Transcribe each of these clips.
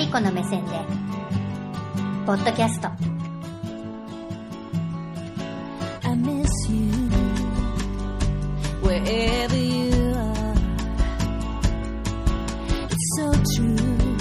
リコの目線でポッドキャスト。 I miss you wherever you are. It's so true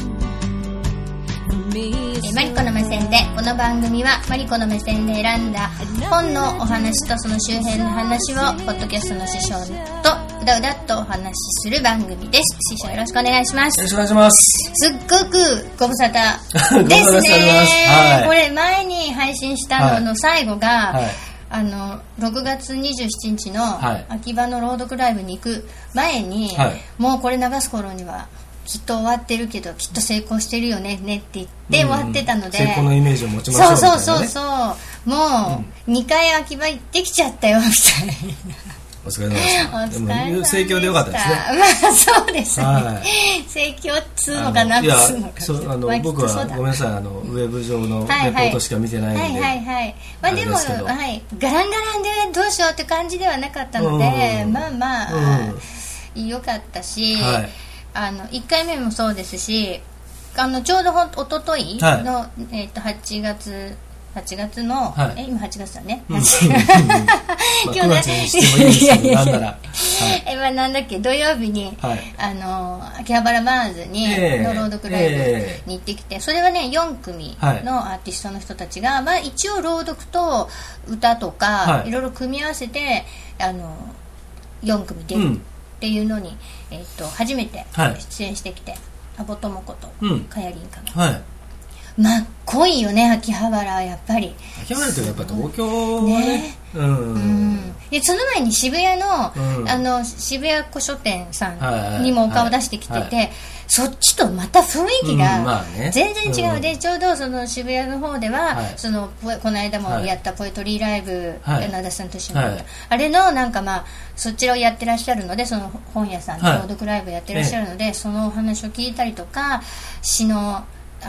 for me. マリコの目線で、この番組はマリコの目線で選んだ本のお話とその周辺の話をポッドキャストの師匠とうだうだっとお話しする番組です。師匠よろしくお願いします。 よろしくお願いします。 すっごくご無沙汰ですね。はい、これ前に配信したのの最後が、はい、6月27日の秋葉の朗読ライブに行く前に、はい、もうこれ流す頃にはきっと終わってるけどきっと成功してるよねって言って終わってたので、 成功のイメージを持ちましょうみたいなね。 そうもう2回秋葉行ってきちゃったよみたいな。 お疲れ様でした。でも盛況でよかったですね。 まあそうですね、はい、盛況っつうのかなっつうのか、 僕はごめんなさい、ウェブ上のレポートしか見てないので、 まあでも、はい、ガランガランでどうしようって感じではなかったので、まあまあ、よかったし、はい、1回目もそうですし、ちょうどおとといの、はい、8月の、はい、今8月だね、今日ね、 9月にしてもいいですけど、なんなら、 はい、なんだっけ、土曜日に、はい、秋葉原バーンズに、の朗読ライブに行ってきて、それはね4組のアーティストの人たちが、まあ、一応朗読と歌とか、はい、いろいろ組み合わせて4組出るっていうのに、初めて出演してきて、アボトモコとカヤリンカが、はい、まあ濃いよね、秋葉原。やっぱり秋葉原ってやっぱ東京はね、 でその前に渋谷の、渋谷古書店さんにもお顔出してきてて、そっちとまた雰囲気が全然違う、でちょうどその渋谷の方では、この間もやったポエトリーライブ、柳田さんと一緒にやった、あれのなんかまあそちらをやってらっしゃるので、その本屋さんで朗読ライブやってらっしゃるので、そのお話を聞いたりとか、詩の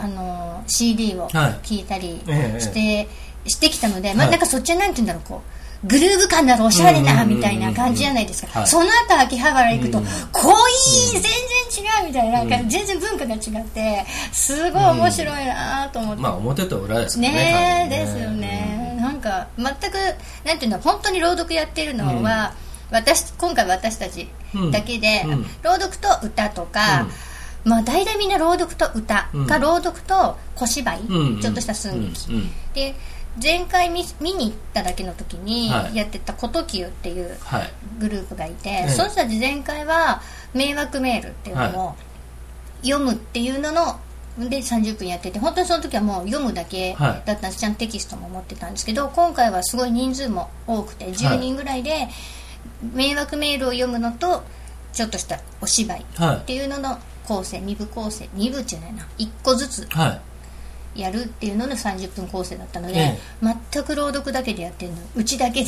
CD を聴いたりしてきたので、まあ、なんかそっちはなんて言うんだろう、こうグルーヴ感のあるおしゃれなみたいな感じじゃないですか。その後秋葉原行くと濃い、全然違うみたいな、なんか全然文化が違ってすごい面白いなと思って、 まあ表と裏ですね。 ですよね。なんか全くなんていうの、本当に朗読やってるのは、今回私たちだけで、朗読と歌とか、まあ、大体みんな朗読と歌か、朗読と小芝居、ちょっとした寸劇、で前回見に行っただけの時にやってたこときゅうっていうグループがいて、その人たち前回は迷惑メールっていうのを読むっていうのので30分やってて、本当にその時はもう読むだけだったんです、ちゃんとテキストも持ってたんですけど、今回はすごい人数も多くて10人ぐらいで迷惑メールを読むのとちょっとしたお芝居っていうのの構成、2部構成、2部じゃないな、1個ずつやるっていうのの30分構成だったので、全く朗読だけでやってるの、うちだけで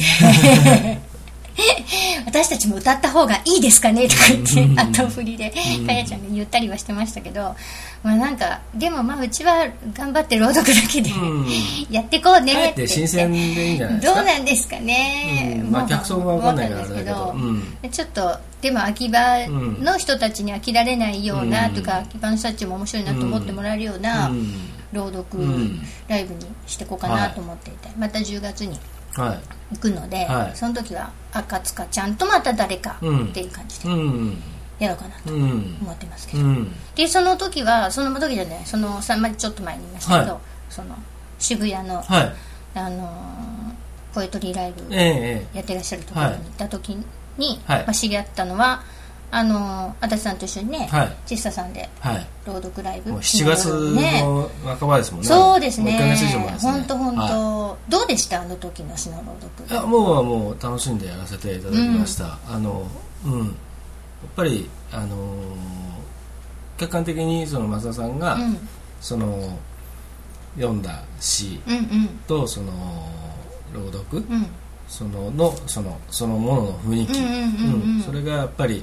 私たちも歌った方がいいですかねとか言って後振りでかやちゃんが言ったりはしてましたけど、まあなんかでもまあうちは頑張って朗読だけでやってこうねって新鮮でいいんじゃないですか。 どうなんですかね、 まあ客層が分かんないからあれだけど、 ちょっとでも秋葉の人たちに飽きられないような、とか秋葉の人たちも面白いなと思ってもらえるような朗読ライブにしていこうかなと思っていて、また10月に行くので、その時は赤塚ちゃんとまた誰かっていう感じでやろうかなと思ってますけど、でその時じゃない、その3枚ちょっと前に言いましたけど、その渋谷の、ポエトリーライブやってらっしゃるところに行った時に、知り合ったのは足立さんと一緒にね、ちっささんで朗読ライブ、 もう7月の半ばですもんね。 そうですね、 1ヶ月以上前ですね。 本当、どうでした、あの時の詩の朗読。 いや、もう楽しんでやらせていただきました。やっぱり客観的にその増田さんが、その読んだ詩とその朗読、そのものの雰囲気、それがやっぱり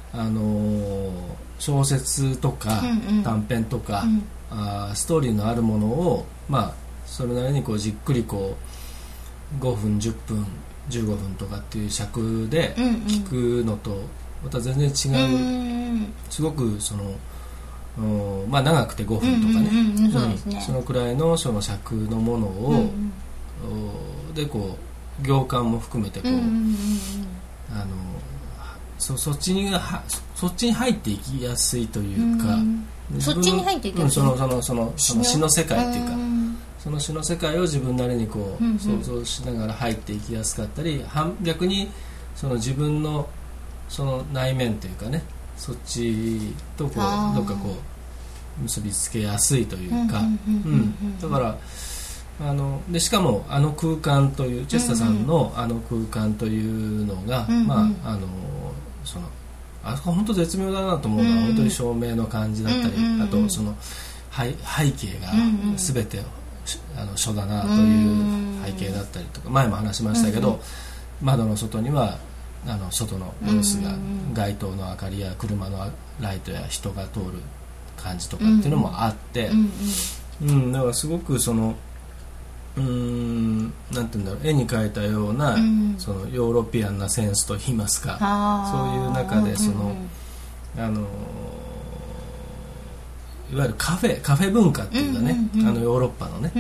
小説とか短編とか、ストーリーのあるものを、まあそれなりにこうじっくりこう5分10分15分とかっていう尺で聞くのとまた全然違う、すごくそのまあ、長くて5分とかね、そのくらいのその尺のものを、でこう行間も含めてこう、そっちに入っていきやすいというか、 そっちに入っていきやすい、 その詩の世界っていうか、その詩の世界を自分なりにこう、想像しながら入っていきやすかったり、逆にその自分のその内面というかね、そっちとこうどっかこう結びつけやすいというか、だからでしかも空間というチェスタさんの空間というのが、あそこ本当絶妙だなと思うのは、本当に照明の感じだったり、あとその背景が全て書だなという背景だったりとか、前も話しましたけど、窓の外には外の様子が、街灯の明かりや車のライトや人が通る感じとかっていうのもあって、だからすごくそのなんていうんだろう、絵に描いたような、そのヨーロピアンなセンスといいますか、そういう中でその、いわゆるカフェ文化っていうかね、ヨーロッパのね、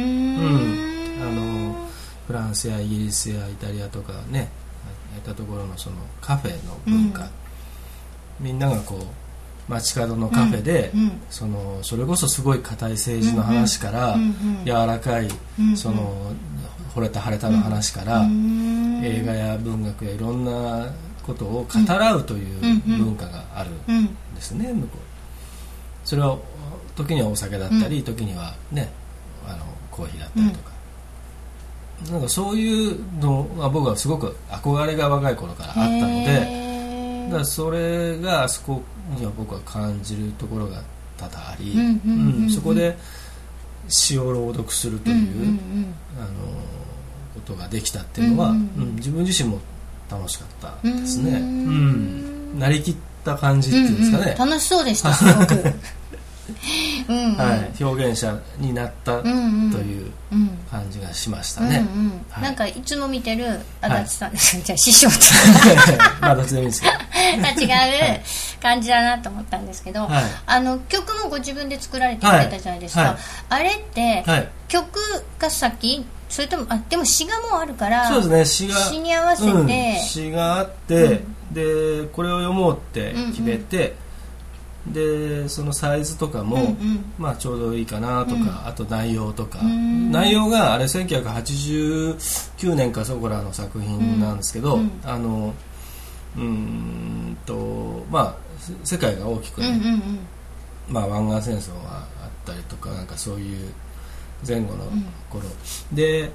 フランスやイギリスやイタリアとかね、いったところのそのカフェの文化、みんながこう街角のカフェで、それこそすごい固い政治の話から、柔らかいその惚れた晴れたの話から、映画や文学やいろんなことを語らうという文化があるんですね、向こう。それは時にはお酒だったり、時にはねコーヒーだったりとか、なんかそういうのは僕はすごく憧れが若い頃からあったので、だからそれがあそこには僕は感じるところが多々あり、そこで詩を朗読するということができたっていうのは、自分自身も楽しかったですね。なりきった感じっていうんですかね、 楽しそうでしたすごく表現者になったという感じがしましたね。 なんかいつも見てる足立さん、じゃあ師匠とまあどっちでもいいですけど違う感じだなと思ったんですけど、曲もご自分で作られてくれたじゃないですか。あれって曲が先、それともでも詩がもうあるから、 そうですね、 詩に合わせて、 詩があって、でこれを読もうって決めて、でそのサイズとかも、まあちょうどいいかなとか、あと内容とか、内容があれ1989年かそこらの作品なんですけど、まあ世界が大きくね、まあ湾岸戦争があったりとか、なんかそういう前後の頃、で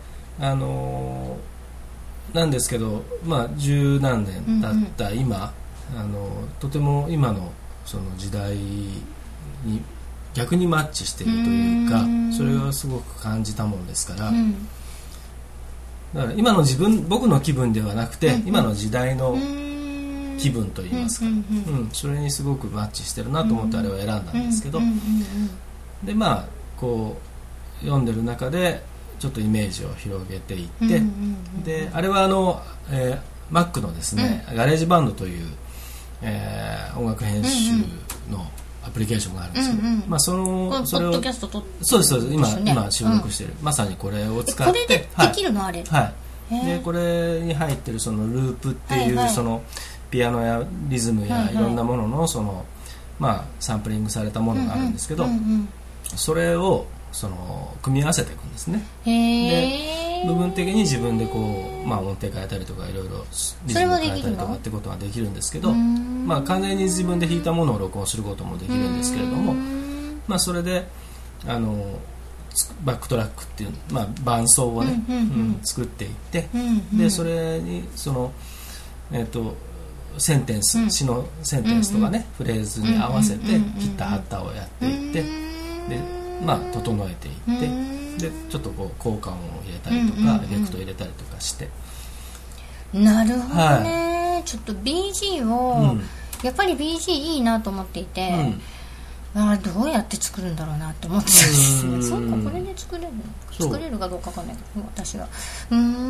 なんですけど、まあ十何年経った今、とても今のその時代に逆にマッチしているというか、それをすごく感じたもんですから、だから今の僕の気分ではなくて、今の時代の気分といいますか、それにすごくマッチしてるなと思ってあれを選んだんですけど、でまあこう読んでる中でちょっとイメージを広げていって、であれはMac のですね、ガレージバンドという音楽編集のアプリケーションがあるんですけど、まあそれをポッドキャスト撮って、 そうです今収録している、まさにこれを使って、 これでできるの、あれ、 でこれに入ってるそのループっていう、そのピアノやリズムやいろんなもののその、まあサンプリングされたものがあるんですけど、それをその組み合わせていくんですね。で部分的に自分でこう、まあ、音程変えたりとかいろいろリズム変えたりとかってことができるんですけど、まあ、完全に自分で弾いたものを録音することもできるんですけれども、まあ、それでバックトラックっていう、まあ、伴奏をね、作っていって、でそれにそのセンテンス、詩のセンテンスとかね、フレーズに合わせて切ったハッタをやっていって、でまあ、整えていって、でちょっとこう効果音を入れたりとか、エフェクトを入れたりとかして、 なるほどね、ちょっと BG を、やっぱり BG いいなと思っていて、どうやって作るんだろうなと思ってたんですね。そうか、これで作れるかどうかわかんないけど、私は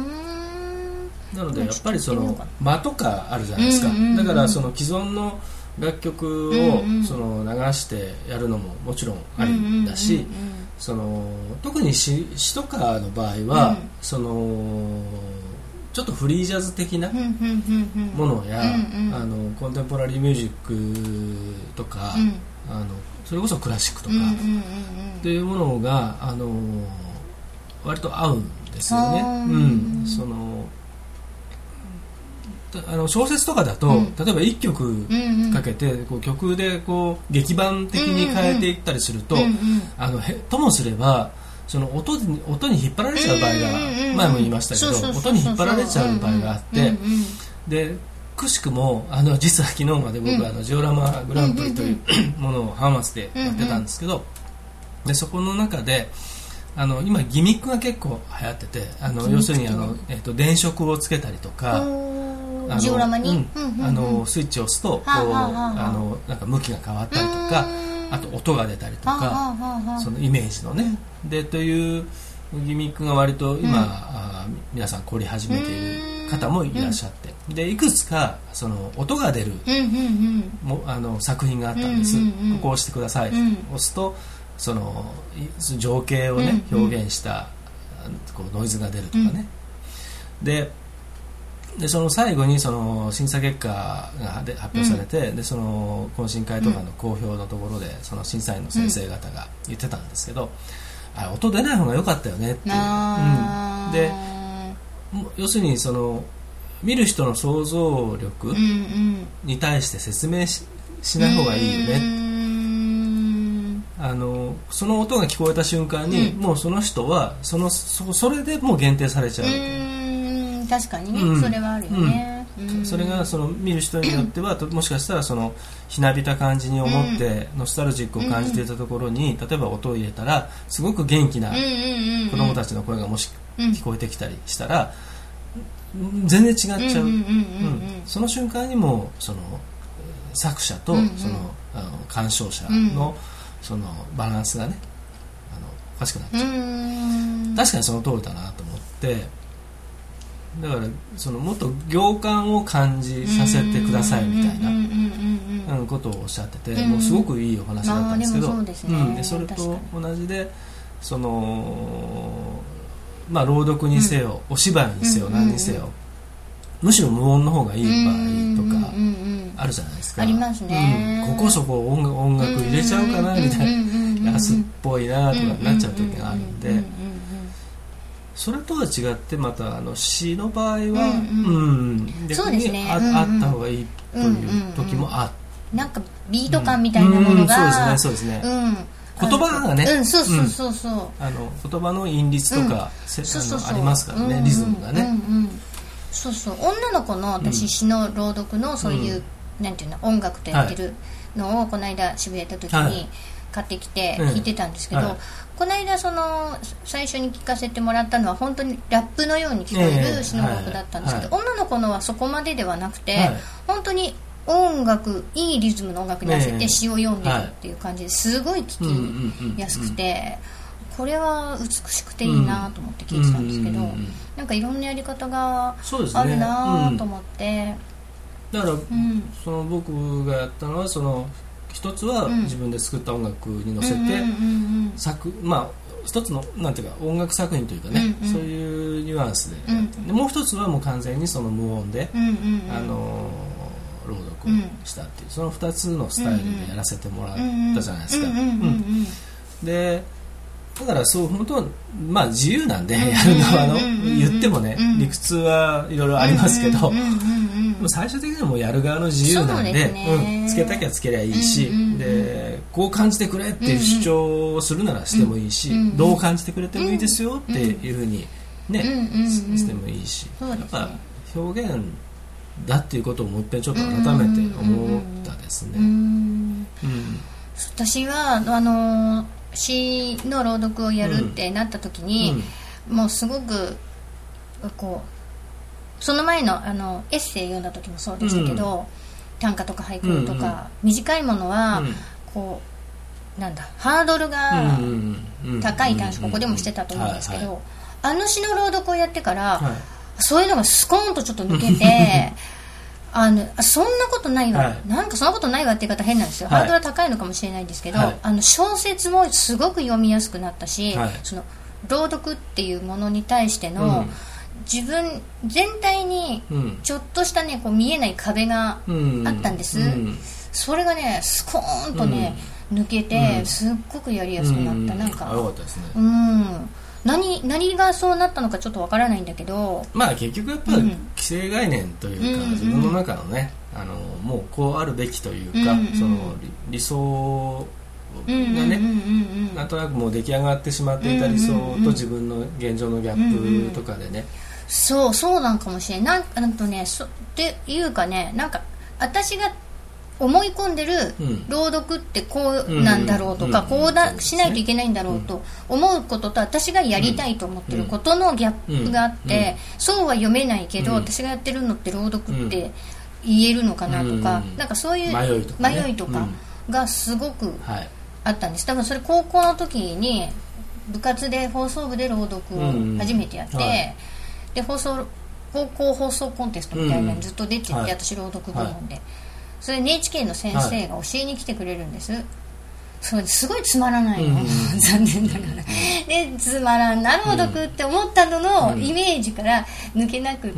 なのでやっぱりその間とかあるじゃないですか、だからその既存の楽曲をその流してやるのももちろんありだし、その特に詩とかの場合は、そのちょっとフリージャズ的なものや、コンテンポラリーミュージックとか、それこそクラシックとかっていうものが割と合うんですよね。その小説とかだと、例えば1曲かけてこう曲でこう劇版的に変えていったりすると、ともすればその音に引っ張られちゃう場合が、前も言いましたけど、音に引っ張られちゃう場合があって、でくしくも実は昨日まで僕はジオラマグランプリというものを浜松でやってたんですけど、でそこの中で今ギミックが結構流行ってて、要するに電飾をつけたりとか、 ジオラマに、 スイッチを押すとこうなんか向きが変わったりとか、あと音が出たりとか、そのイメージのね、でというギミックが割と今、皆さん凝り始めている方もいらっしゃって、でいくつかその音が出る作品があったんです。ここを押してください、押すとその情景をね、表現したこうノイズが出るとかね、でその最後にその審査結果が発表されて、でその懇親会とかの公表のところでその審査員の先生方が言ってたんですけど、音出ない方が良かったよねっていう、で要するにその見る人の想像力に対して説明 しない方がいいよね、その音が聞こえた瞬間に、もうその人はそれでもう限定されちゃう。 確かにね、それはあるよね、 それがその見る人によってはもしかしたらそのひなびた感じに思ってノスタルジックを感じていたところに、例えば音を入れたらすごく元気な子供たちの声がもし聞こえてきたりしたら全然違っちゃう。その瞬間にもその作者とその鑑賞者のそのバランスがねおかしくなっちゃう。確かにその通りだなと思って、だからそのもっと行間を感じさせてくださいみたいなことをおっしゃってて、もうすごくいいお話だったんですけど、それと同じでその朗読にせよ、お芝居にせよ、何にせよ、むしろ無音の方がいい場合とかあるじゃないですか。 ありますね、 ここそこ音楽入れちゃうかなみたいな、安っぽいなとかなっちゃう時があるんで、それとは違ってまた詩の場合は逆にあった方がいいという時もある。 なんかビート感みたいなものが、 そうですね、言葉がね、言葉の韻律とかありますからね、リズムがね。 女の子の私詩の朗読のそういうなんていうの音楽とやってるのをこの間渋谷行った時に買ってきて弾いてたんですけど、この間その最初に聴かせてもらったのは本当にラップのように聞こえる詩の楽だったんですけど、女の子のはそこまでではなくて、本当にいいリズムの音楽に合わせて詩を読んでるっていう感じですごい聴きやすくて、これは美しくていいなと思って聴いてたんですけど、なんかいろんなやり方があるなと思って、 だからその僕がやったのはその一つは自分で作った音楽に乗せて一つのなんていうか音楽作品というかね、そういうニュアンスでやって、もう一つはもう完全にその無音で朗読したっていう、その2つのスタイルでやらせてもらったじゃないですか。でだからそう本当は自由なんでやるのは言ってもね、理屈はいろいろありますけど、最終的にはもうやる側の自由なんで、つけたきゃつけりゃいいし、でこう感じてくれっていう主張をするならしてもいいし、どう感じてくれてもいいですよっていうふうにねしてもいいし、やっぱ表現だっていうことをもう一遍ちょっと改めて思ったですね。 私は詩の朗読をやるってなった時に、もうすごくこうその前のエッセイ読んだ時もそうでしたけど、短歌とか俳句とか、短いものはこうなんだハードルが高い短詩、ここでもしてたと思うんですけど、詩の朗読をやってから、そういうのがスコーンとちょっと抜けてそんなことないわ、 はい、 なんかそんなことないわって言い方変なんですよ、 はい、 ハードルは高いのかもしれないんですけど、 はい、 小説もすごく読みやすくなったし、 はい、 その朗読っていうものに対しての、自分全体にちょっとしたねこう見えない壁があったんです、それがねスコーンとね、抜けてすっごくやりやすくなった、なんかよかったですね。 何がそうなったのかちょっとわからないんだけど、 まあ結局やっぱり既成概念というか、自分の中のねもうこうあるべきというか、その理想がね、なんとなくもう出来上がってしまっていた理想と自分の現状のギャップとかでね、 そうなんかもしれない。なんとねっていうかね、なんか私が思い込んでる朗読ってこうなんだろうとか、こうしないといけないんだろうと思うことと、私がやりたいと思ってることのギャップがあって、そうは読めないけど、私がやってるのって朗読って言えるのかなとか、なんかそういう迷いとかがすごくあったんです。多分それ高校の時に部活で放送部で朗読を初めてやって、で高校放送コンテストみたいなのにずっと出てて、私朗読部門で、それ NHK の先生が教えに来てくれるんです、それすごいつまらないの、残念ながらでつまらんな朗読って思ったののイメージから抜けなくって、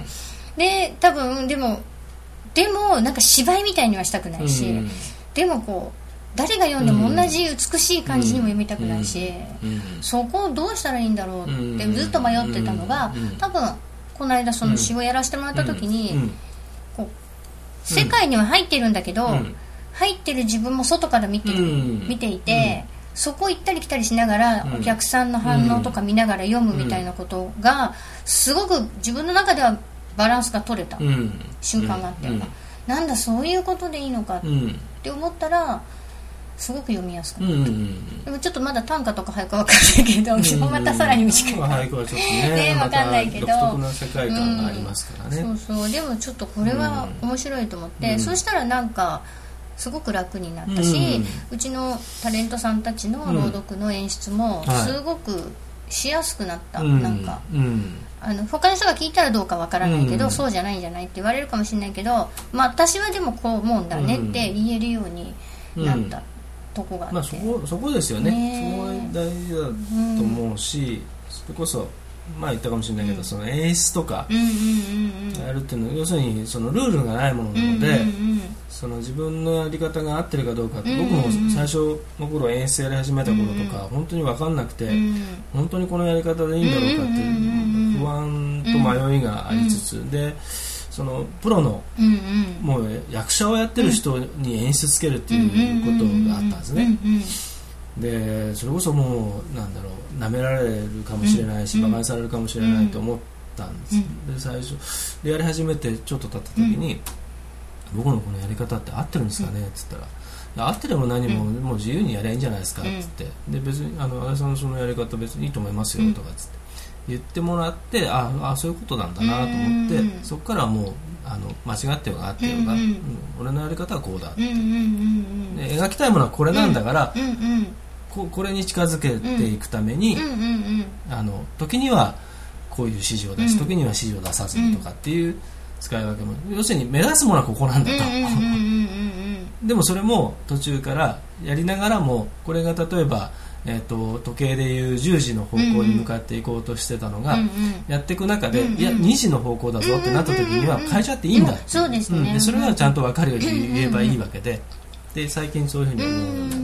で多分でもなんか芝居みたいにはしたくないし、でもこう誰が読んでも同じ美しい感じにも読みたくないし、そこをどうしたらいいんだろうってずっと迷ってたのが、多分この間その詩をやらせてもらった時に、こう世界には入ってるんだけど、入ってる自分も外から見ていて、そこ行ったり来たりしながら、お客さんの反応とか見ながら読むみたいなことがすごく自分の中ではバランスが取れた瞬間があって、なんだそういうことでいいのかって思ったらすごく読みやすくなった、でもちょっとまだ短歌とか俳句は分かんないけど、またさらに短い俳句はちょっとね分かんないけど、 独特な世界観がありますからね、 そうでもちょっとこれは面白いと思って、そしたらなんかすごく楽になったし、うちのタレントさんたちの朗読の演出もすごくしやすくなった、なんか、他の人が聞いたらどうかわからないけど、そうじゃないんじゃないって言われるかもしれないけど、まあ私はでもこう思うんだねって言えるようになったとこがあって、 そこですよね。そこが大事だと思うし、それこそ前言ったかもしれないけど、その演出とかやるっていうのは要するにそのルールがないものなので、その自分のやり方が合ってるかどうかって、僕も最初の頃演出やり始めた頃とか本当に分かんなくて、本当にこのやり方でいいんだろうかっていう不安と迷いがありつつで、そのプロのもう役者をやってる人に演出つけるっていうことがあったんですね。でそれこそもうなんだろう、舐められるかもしれないし、馬鹿にされるかもしれないと思ったんです。で最初でやり始めてちょっと経った時に、僕のこのやり方って合ってるんですかねって言ったら、合ってれば何も、もう自由にやりゃいいんじゃないですかって言って、で別に安倍さんのそのやり方別にいいと思いますよとかって言ってもらって、そういうことなんだなと思って、そこからもう間違ってようがあってようが、俺のやり方はこうだって、で描きたいものはこれなんだから、これに近づけていくために、時にはこういう指示を出し、時には指示を出さずにとかっていう使い分けも、要するに目指すものはここなんだと。でもそれも途中からやりながらも、これが例えば時計でいう10時の方向に向かっていこうとしてたのが、やっていく中で、いや2時の方向だぞってなった時には変えちゃっていいんだって、 そうですね、 でそれはちゃんと分かるように言えばいいわけで、で最近そういうふうに思うようになって、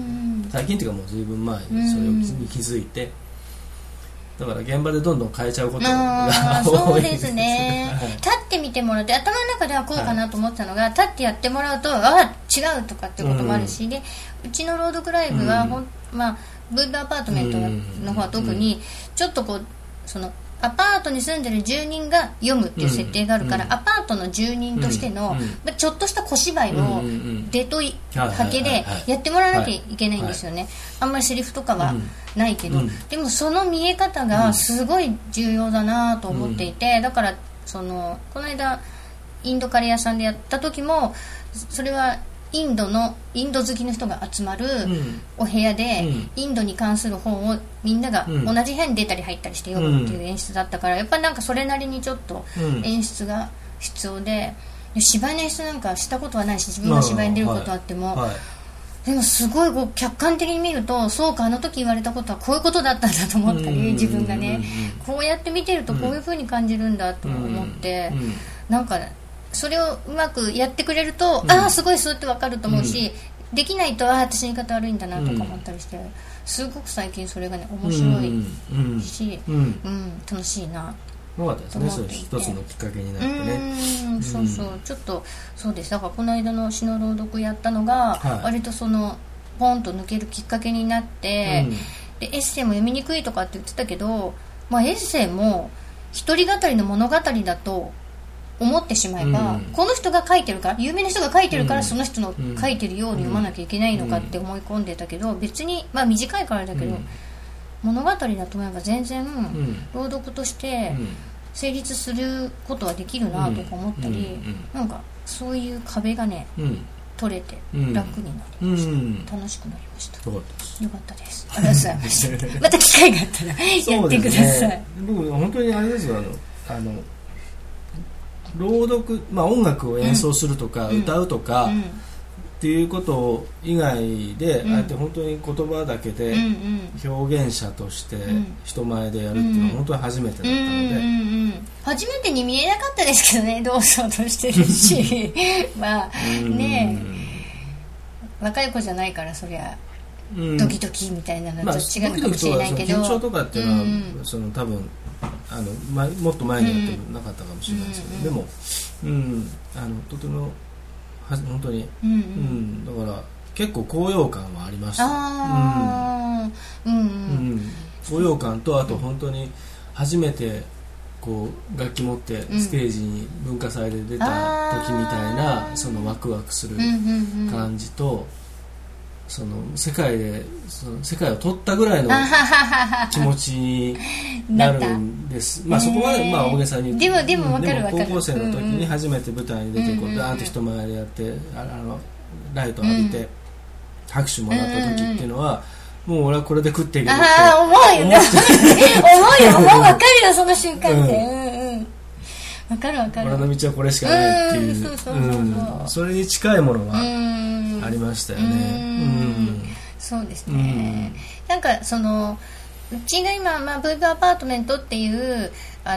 最近っていうかもう随分前にそれに気づいて、だから現場でどんどん変えちゃうことが多いです。 そうですね立ってみてもらって、頭の中ではこうかなと思ってたのが、立ってやってもらうと違うとかっていうこともあるし、でうちの朗読ライブはブーブアパートメントの方は特にちょっとこうそのアパートに住んでる住人が読むっていう設定があるから、アパートの住人としてのちょっとした小芝居を出とはけでやってもらわなきゃいけないんですよね。あんまりセリフとかはないけど、でもその見え方がすごい重要だなと思っていて、だからこの間インドカレー屋さんでやった時も、それはインド好きの人が集まるお部屋で、インドに関する本をみんなが同じ部屋に出たり入ったりして読むっていう演出だったから、やっぱりなんかそれなりにちょっと演出が必要で、 芝居の演出なんかしたことはないし、自分が芝居に出ることあっても、でもすごいこう客観的に見ると、そうか、あの時言われたことはこういうことだったんだと思ったり、自分がねこうやって見てるとこういう風に感じるんだと思って、なんかそれをうまくやってくれると、ああすごいそうやって分かると思うし、できないと、ああ私の言い方悪いんだなとか思ったりして、すごく最近それがね面白いし、楽しいなよかったですね。それ一つのきっかけになってね。 そうそう、ちょっとそうです。だからこの間の詩の朗読やったのが、割とそのポンと抜けるきっかけになって、でエッセイも読みにくいとかって言ってたけど、まあ、エッセイも一人語りの物語だと思ってしまえば、この人が書いてるから、有名な人が書いてるから、その人の書いてるように読まなきゃいけないのかって思い込んでたけど、別に、まあ短いからだけど、物語だと思えば全然朗読として成立することはできるなとか思ったり、なんかそういう壁がね、取れて楽になりました、楽しくなりました。よかったです。ありがとうございましたまた機会があったらやってください。 僕本当にあれですよ、朗読、まあ、音楽を演奏するとか、歌うとか、っていうこと以外で、あえて本当に言葉だけで表現者として人前でやるっていうのは本当に初めてだったので、 初めてに見えなかったですけどね、どうぞとしてるしまあねえ、若い子じゃないからそりゃドキドキみたいなのと違うかもしれないけど、 緊張とかっていうのは、その多分もっと前にやってなかったかもしれないですけど、でも、とても本当に、だから結構高揚感はありました。高揚感と、あと本当に初めてこう楽器持ってステージに文化祭で出た時みたいな、そのワクワクする感じと、その世界を取ったぐらいの気持ちになるんです。まあそこはまあ大げさに言って、 でも分かる分かる。 高校生の時に初めて舞台に出てこうダーンと人前でやってライト浴びて拍手もらった時っていうのは、もう俺はこれで食っていけるって思うよね思う分かるよ、その瞬間って分かる分かる。 俺の道はこれしかないっていう、それに近いものはありましたよね。 そうですね。なんかそのうちが今、ブーブアパートメントっていう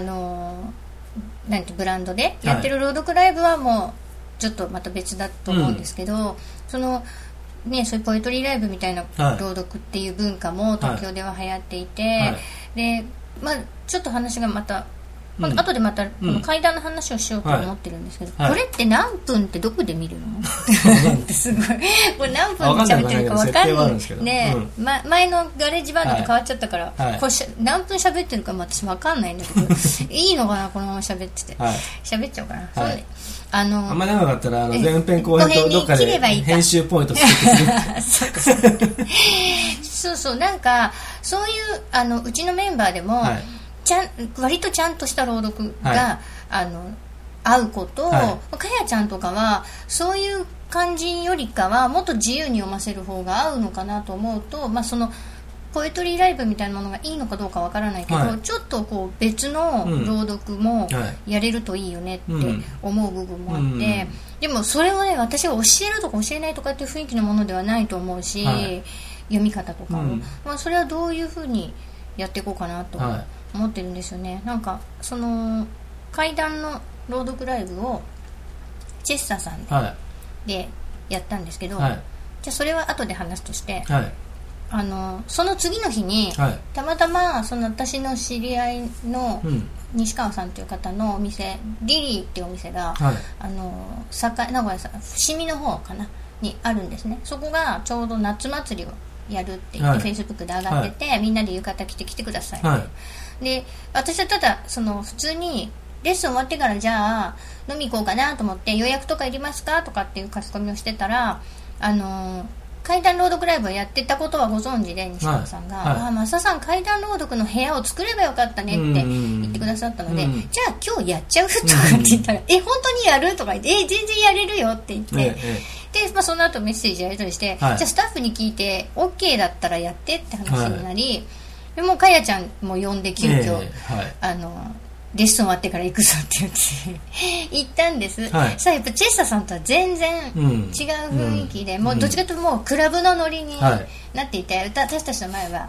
なんてブランドでやってる朗読ライブはもうちょっとまた別だと思うんですけど、そのね、そういうポエトリーライブみたいな朗読っていう文化も東京では流行っていて、で、まあ、ちょっと話がまた後でまたこの階段の話をしようと思ってるんですけど、これって何分ってどこで見るのってすごいこれ何分で喋ってるか分かんないね。前のガレージバンドと変わっちゃったから、これ何分喋ってるかも私分かんないんだけどいいのかな、このまま喋ってて喋っちゃおうかな。そうね、 あんま長かったら前編後編とどっかで編集ポイントつけてそうそう、なんかそういううちのメンバーでも、割とちゃんとした朗読が、合う子と、かやちゃんとかはそういう感じよりかはもっと自由に読ませる方が合うのかなと思うと、そのポエトリーライブみたいなものがいいのかどうかわからないけど、ちょっとこう別の朗読もやれるといいよねって思う部分もあって、でもそれをね、私が教えるとか教えないとかっていう雰囲気のものではないと思うし、読み方とかも、それはどういうふうにやっていこうかなと思ってるんですよね。なんかその怪談の朗読ライブをチェッサさんでやったんですけど、じゃあそれは後で話すとして、その次の日に、たまたまその私の知り合いの西川さんという方のお店、リリーっていうお店が、名古屋さん伏見の方かなにあるんですね。そこがちょうど夏祭りをやるって言って、Facebook で上がってて、みんなで浴衣着て来てくださいって、で私はただその普通にレッスン終わってからじゃあ飲み行こうかなと思って、予約とかいりますかとかっていう書き込みをしてたら、怪談朗読ライブをやってたことはご存知で、西川さんが、増田さん怪談朗読の部屋を作ればよかったねって言ってくださったので、じゃあ今日やっちゃうとかって言ったら、本当にやるとか言って、全然やれるよって言って、で、その後メッセージやり取りして、じゃあスタッフに聞いて OK だったらやってって話になり、でもかやちゃんも呼んで急遽、 レッスン終わってから行くぞって言って行ったんです、 はい、 さあやっぱチェッサさんとは全然違う雰囲気で、もうどっちかというともうクラブのノリになっていて、私たちの前は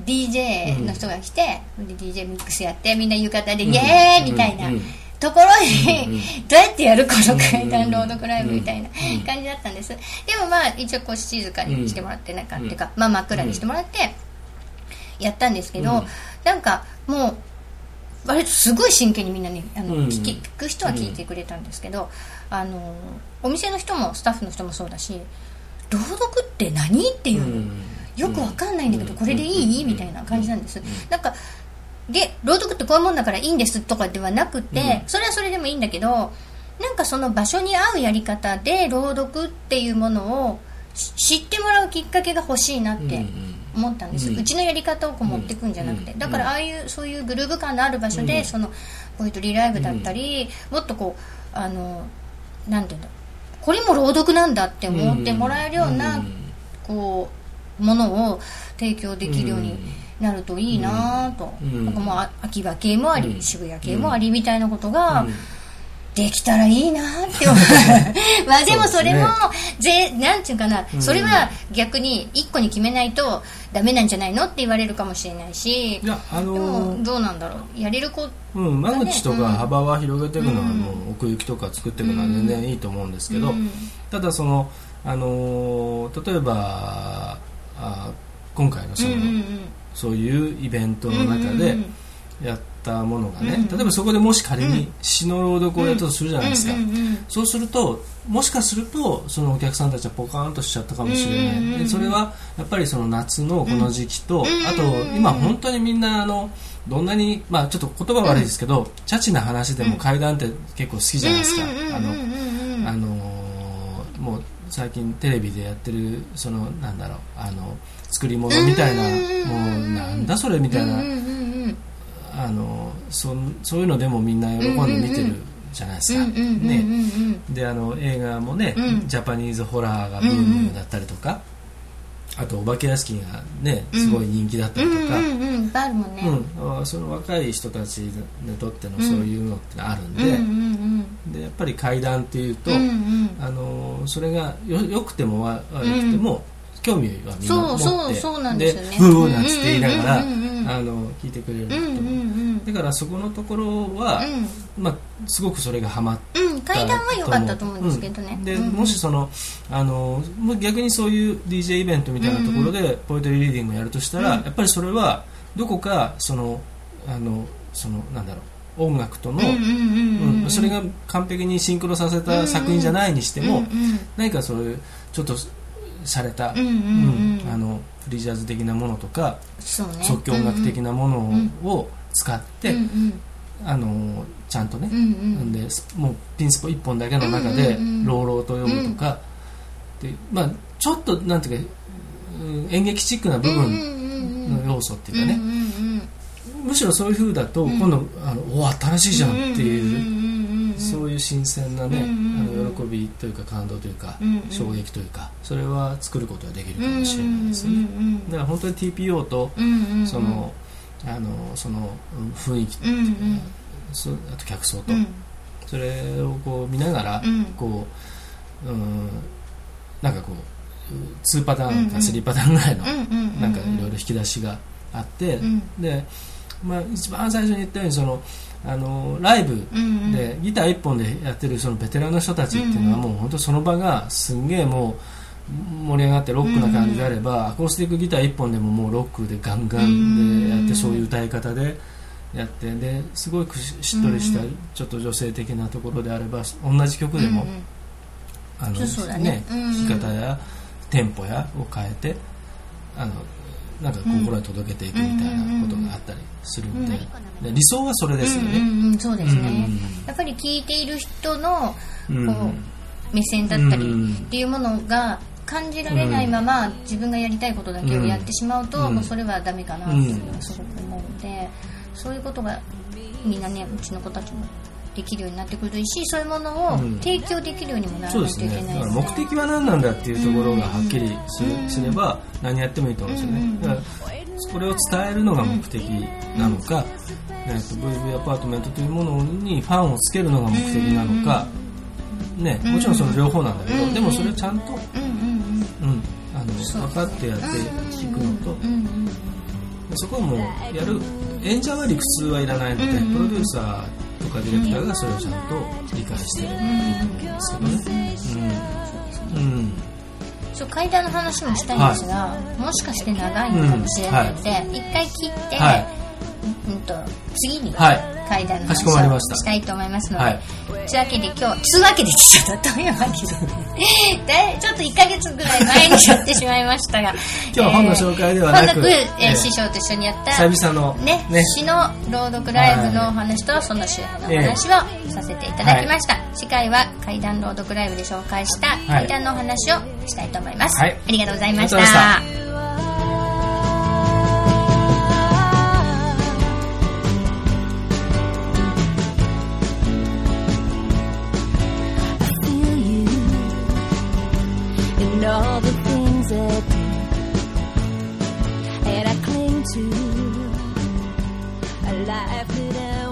DJ の人が来て、DJ ミックスやってみんな浴衣でイエーイみたいなところにどうやってやるこの階段朗読ライブみたいな感じだったんです。でもまあ一応こう静かにしてもらってなんかっていうか、まあ真っ暗にしてもらってやったんですけど、なんかもう割とすごい真剣にみんなね聞く人は聞いてくれたんですけど、お店の人もスタッフの人もそうだし、朗読って何っていうのよくわかんないんだけど、これでいいみたいな感じなんです。なんかで朗読ってこういうもんだからいいんですとかではなくて、それはそれでもいいんだけど、なんかその場所に合うやり方で朗読っていうものを知ってもらうきっかけが欲しいなって思ったんです、うちのやり方をこう持っていくんじゃなくて、だからああいうそういうグルーヴ感のある場所で、そのポエトリーライブだったり、もっとこうなんていうんだ、これも朗読なんだって思ってもらえるようなこうものを提供できるようになるといいなと、なんかもう秋葉系もあり、渋谷系もありみたいなことができたらいいなって思うまあでもそれもなんていうかな、それは逆に一個に決めないとダメなんじゃないのって言われるかもしれないし、でもどうなんだろう、やれる子、 間口とか幅は広げていくのはもう奥行きとか作っていくのは全然いいと思うんですけど、ただその例えば今回のそういうイベントの中でやったものがね、例えばそこでもし仮に詩の朗読をやったとするじゃないですか、そうするともしかするとそのお客さんたちはポカーンとしちゃったかもしれない、でそれはやっぱりその夏のこの時期と、あと今本当にみんなどんなに、まあちょっと言葉悪いですけど、チャチな話でも怪談って結構好きじゃないですか。もう最近テレビでやってるそのなんだろう、作り物みたいな、もうなんだそれみたいな、そういうのでもみんな喜んで見てるじゃないですか、ね、で映画もね、ジャパニーズホラーがブームだったりとか、あとお化け屋敷がねすごい人気だったりとか、 あるもんね、 その若い人たちにとってのそういうのってあるんで、でやっぱり怪談っていうと、それが良くても悪くても、興味はみんな持って、 そうなんですよね、 でブーなんつって言いながら聞いてくれると思う、だからそこのところは、まあ、すごくそれがハマったと思う、 怪談は良かったと思うんですけどね、 でもし逆にそういう DJ イベントみたいなところでポエトリーリーディングをやるとしたら、やっぱりそれはどこかなんだろう、音楽との、それが完璧にシンクロさせた作品じゃないにしても、何かそういうちょっとされたフリージャズ的なものとか、即興音楽的なものを使って、ちゃんとね、でもうピンスポ1本だけの中で朗々と読むとか、でまあ、ちょっとなんていうか、演劇チックな部分の要素っていうかね、むしろそういう風だと今度新しいじゃんっていう、そういう新鮮なね、喜びというか感動というか、衝撃というか、それは作ることができるかもしれないですね。だから本当に TPO とその雰囲気というか、あと客層と、それをこう見ながら、こうなんかこう2パターンか3パターンぐらいのなんかいろいろ引き出しがあって、でまあ、一番最初に言ったようにライブでギター1本でやってるそのベテランの人たちっていうのは、もう本当その場がすんげえもう盛り上がってロックな感じであれば、アコースティックギター1本でももうロックでガンガンでやって、そういう歌い方でやって、ですごくしっとりしたちょっと女性的なところであれば、同じ曲でも弾き方やテンポやを変えてなんか心に届けていくみたいなことがあったりするので、理想はそれですよね。 そうですね、やっぱり聴いている人のこう目線だったりっていうものが感じられないまま、自分がやりたいことだけをやってしまうと、もうそれはダメかなっていうのはすごく思うので、そういうことがみんなね、うちの子たちもできるようになってくるし、そういうものを提供できるようにもならないといけないので、 だから目的は何なんだっていうところがはっきりすれば何やってもいいと思うんですよね。だからこれを伝えるのが目的なのか、 VV アパートメントというものにファンをつけるのが目的なのか、ね、もちろんその両方なんだけど、でもそれをちゃんと、分かってやっていくのと、そこはもうやる演者は理屈はいらないので、プロデューサーとかディレクターがそれをちゃんと理解してるんですけどね。 そう、階段の話もしたいんですが、もしかして長いのかもしれないので、一回切って、次に階段の話をしたいと思いますので、というわけで今日、というわけでちょっと1ヶ月ぐらい前にやってしまいましたが、 今日は本の紹介ではなく、 師匠と一緒にやった久々の詩の朗読ライブのお話とその周辺のお話をさせていただきました。次回は怪談朗読ライブで紹介した怪談のお話をしたいと思います。ありがとうございました。 all the things I do and I cling to a life that I